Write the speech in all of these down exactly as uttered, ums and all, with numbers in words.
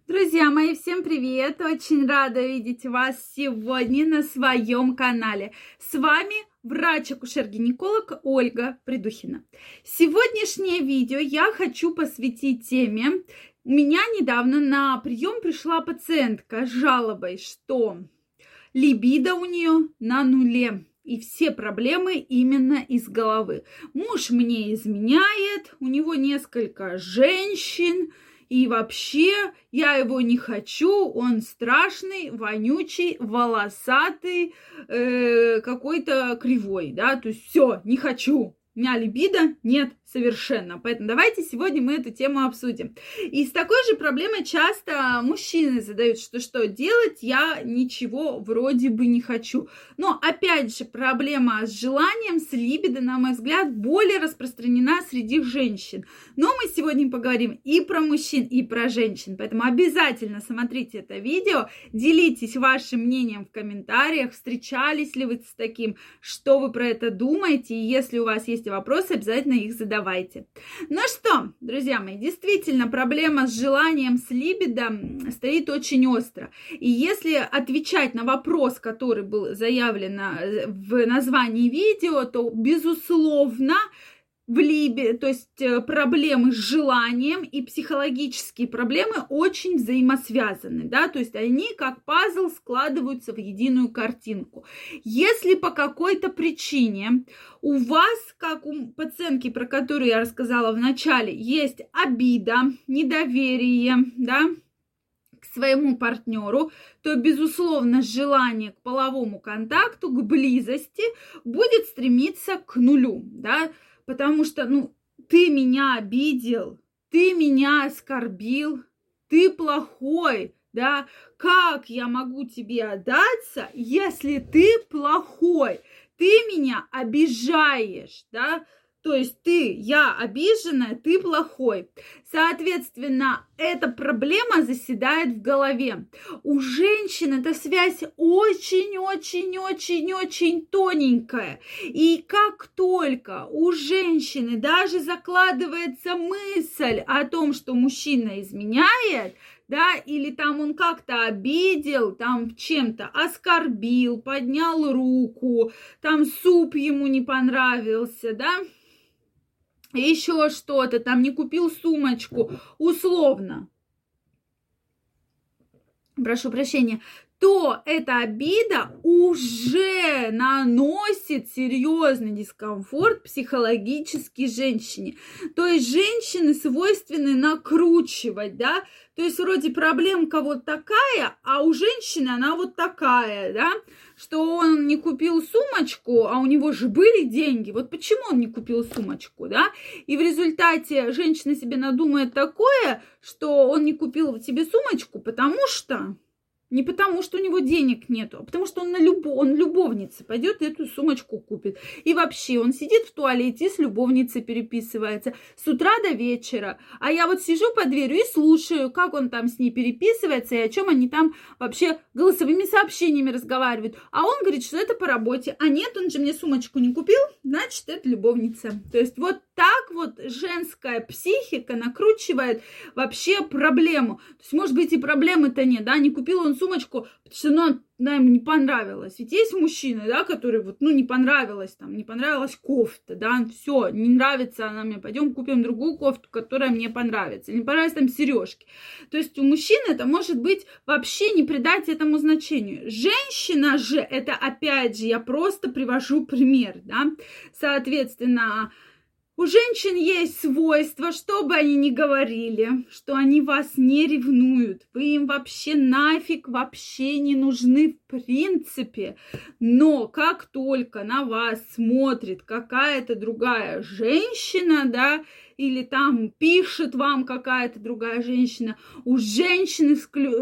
Друзья мои, всем привет! Очень рада видеть вас сегодня на своем канале. С вами врач-акушер-гинеколог Ольга Придухина. Сегодняшнее видео я хочу посвятить теме. У меня недавно на прием пришла пациентка с жалобой, что либидо у нее на нуле. И все проблемы именно из головы. Муж мне изменяет, у него несколько женщин. И вообще я его не хочу, он страшный, вонючий, волосатый, э, какой-то кривой, да, то есть все, не хочу. У меня либидо нет совершенно. Поэтому давайте сегодня мы эту тему обсудим. И с такой же проблемой часто мужчины задают, что что делать, я ничего вроде бы не хочу. Но опять же, проблема с желанием, с либидо, на мой взгляд, более распространена среди женщин. Но мы сегодня поговорим и про мужчин, и про женщин. Поэтому обязательно смотрите это видео, делитесь вашим мнением в комментариях, встречались ли вы с таким, что вы про это думаете, и если у вас есть вопросы, обязательно их задавайте. Ну что, друзья мои, действительно, проблема с желанием, с либидо стоит очень остро. И если отвечать на вопрос, который был заявлен в названии видео, то, безусловно, в либидо, то есть проблемы с желанием и психологические проблемы очень взаимосвязаны, да, то есть они как пазл складываются в единую картинку. Если по какой-то причине у вас, как у пациентки, про которую я рассказала в начале, есть обида, недоверие, да, к своему партнеру, то, безусловно, желание к половому контакту, к близости будет стремиться к нулю, да, потому что, ну, ты меня обидел, ты меня оскорбил, ты плохой, да, как я могу тебе отдаться, если ты плохой, ты меня обижаешь, да, то есть ты, я обиженная, ты плохой. Соответственно, эта проблема заседает в голове. У женщин эта связь очень-очень-очень-очень тоненькая. И как только у женщины даже закладывается мысль о том, что мужчина изменяет, да, или там он как-то обидел, там чем-то оскорбил, поднял руку, там суп ему не понравился, да, еще что-то, там не купил сумочку, условно, прошу прощения, то эта обида уже наносит серьезный дискомфорт психологически женщине. То есть женщины свойственны накручивать, да, то есть вроде проблемка вот такая, а у женщины она вот такая, да, что он не купил сумочку, а у него же были деньги. Вот почему он не купил сумочку, да? И в результате женщина себе надумает такое, что он не купил тебе сумочку, потому что... Не потому, что у него денег нету, а потому что он, на любо... он любовнице пойдет и эту сумочку купит. И вообще он сидит в туалете и с любовницей переписывается с утра до вечера. А я вот сижу под дверью и слушаю, как он там с ней переписывается и о чем они там вообще голосовыми сообщениями разговаривают. А он говорит, что это по работе. А нет, он же мне сумочку не купил, значит, это любовница. То есть вот так вот женская психика накручивает вообще проблему. То есть, может быть, и проблемы-то нет, да, не купил он сумочку, потому что ну, она ему не понравилась. Ведь есть мужчины, да, которые вот, ну, не понравилась, там, не понравилась кофта, да, все, не нравится она мне, пойдем купим другую кофту, которая мне понравится. Или не понравились там сережки. То есть у мужчины это может быть вообще не придать этому значению. Женщина же, это опять же, я просто привожу пример, да, соответственно, у женщин есть свойство, что бы они ни говорили, что они вас не ревнуют, вы им вообще нафиг вообще не нужны в принципе. Но как только на вас смотрит какая-то другая женщина, да, или там пишет вам какая-то другая женщина, у женщины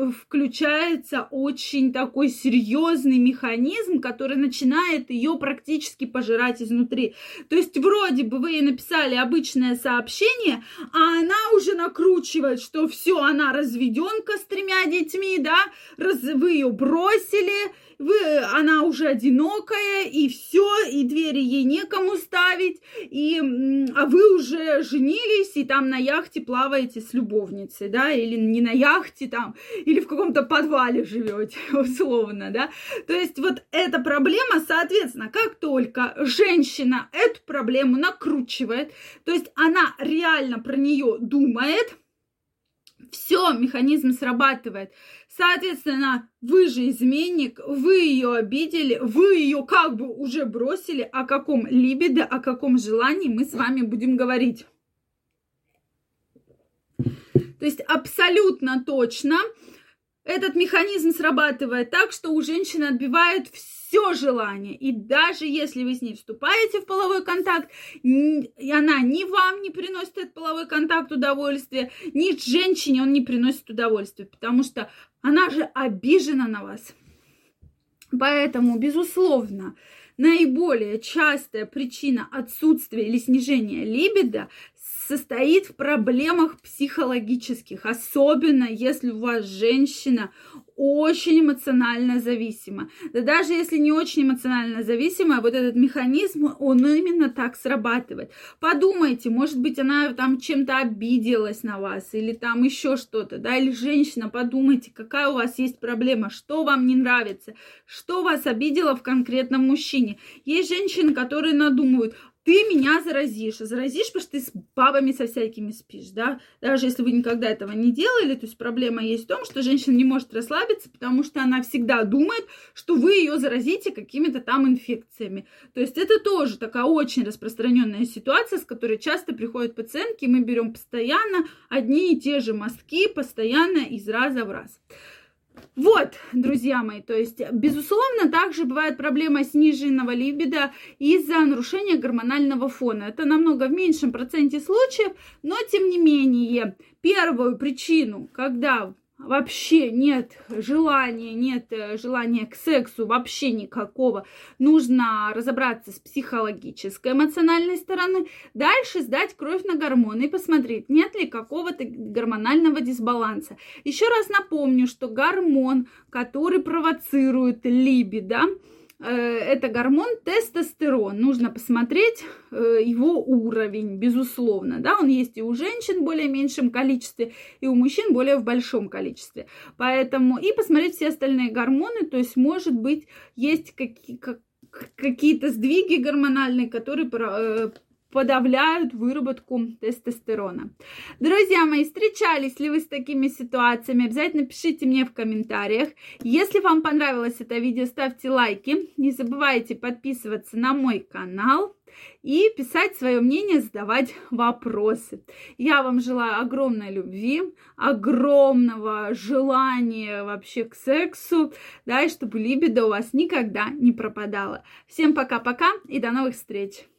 включается очень такой серьезный механизм, который начинает ее практически пожирать изнутри. То есть вроде бы вы ей написали обычное сообщение, а она уже накручивает, что все, она разведенка с тремя детьми, да, раз, вы ее бросили, вы, она уже одинокая, и все, и двери ей некому ставить, и, а вы уже женились поженились и там на яхте плаваете с любовницей, да, или не на яхте там, или в каком-то подвале живете, условно, да. То есть вот эта проблема, соответственно, как только женщина эту проблему накручивает, то есть она реально про нее думает, все, механизм срабатывает. Соответственно, вы же изменник, вы ее обидели, вы ее как бы уже бросили. О каком либидо, о каком желании мы с вами будем говорить. То есть абсолютно точно этот механизм срабатывает так, что у женщины отбивает все желание. И даже если вы с ней вступаете в половой контакт, и она ни вам не приносит этот половой контакт удовольствия, ни женщине он не приносит удовольствия, потому что она же обижена на вас. Поэтому, безусловно, наиболее частая причина отсутствия или снижения либидо состоит в проблемах психологических, особенно если у вас женщина очень эмоционально зависима. Да даже если не очень эмоционально зависимая, вот этот механизм, он именно так срабатывает. Подумайте, может быть, она там чем-то обиделась на вас, или там еще что-то, да, или женщина, подумайте, какая у вас есть проблема, что вам не нравится, что вас обидело в конкретном мужчине. Есть женщины, которые надумывают: ты меня заразишь. Заразишь, потому что ты с бабами со всякими спишь, да? Даже если вы никогда этого не делали, то есть проблема есть в том, что женщина не может расслабиться, потому что она всегда думает, что вы ее заразите какими-то там инфекциями. То есть это тоже такая очень распространенная ситуация, с которой часто приходят пациентки, и мы берем постоянно одни и те же мазки, постоянно из раза в раз. Вот, друзья мои, то есть, безусловно, также бывает проблема сниженного либидо из-за нарушения гормонального фона. Это намного в меньшем проценте случаев, но тем не менее, первую причину, когда вообще нет желания, нет желания к сексу, вообще никакого, нужно разобраться с психологической, эмоциональной стороны, дальше сдать кровь на гормоны и посмотреть, нет ли какого-то гормонального дисбаланса. Еще раз напомню, что гормон, который провоцирует либидо, это гормон тестостерон. Нужно посмотреть его уровень, безусловно. Да? Он есть и у женщин в более меньшем количестве, и у мужчин более в большом количестве. Поэтому и посмотреть все остальные гормоны. То есть, может быть, есть какие- какие-то сдвиги гормональные, которые подавляют выработку тестостерона. Друзья мои, встречались ли вы с такими ситуациями? Обязательно пишите мне в комментариях. Если вам понравилось это видео, ставьте лайки. Не забывайте подписываться на мой канал и писать свое мнение, задавать вопросы. Я вам желаю огромной любви, огромного желания вообще к сексу, да, и чтобы либидо у вас никогда не пропадало. Всем пока-пока и до новых встреч!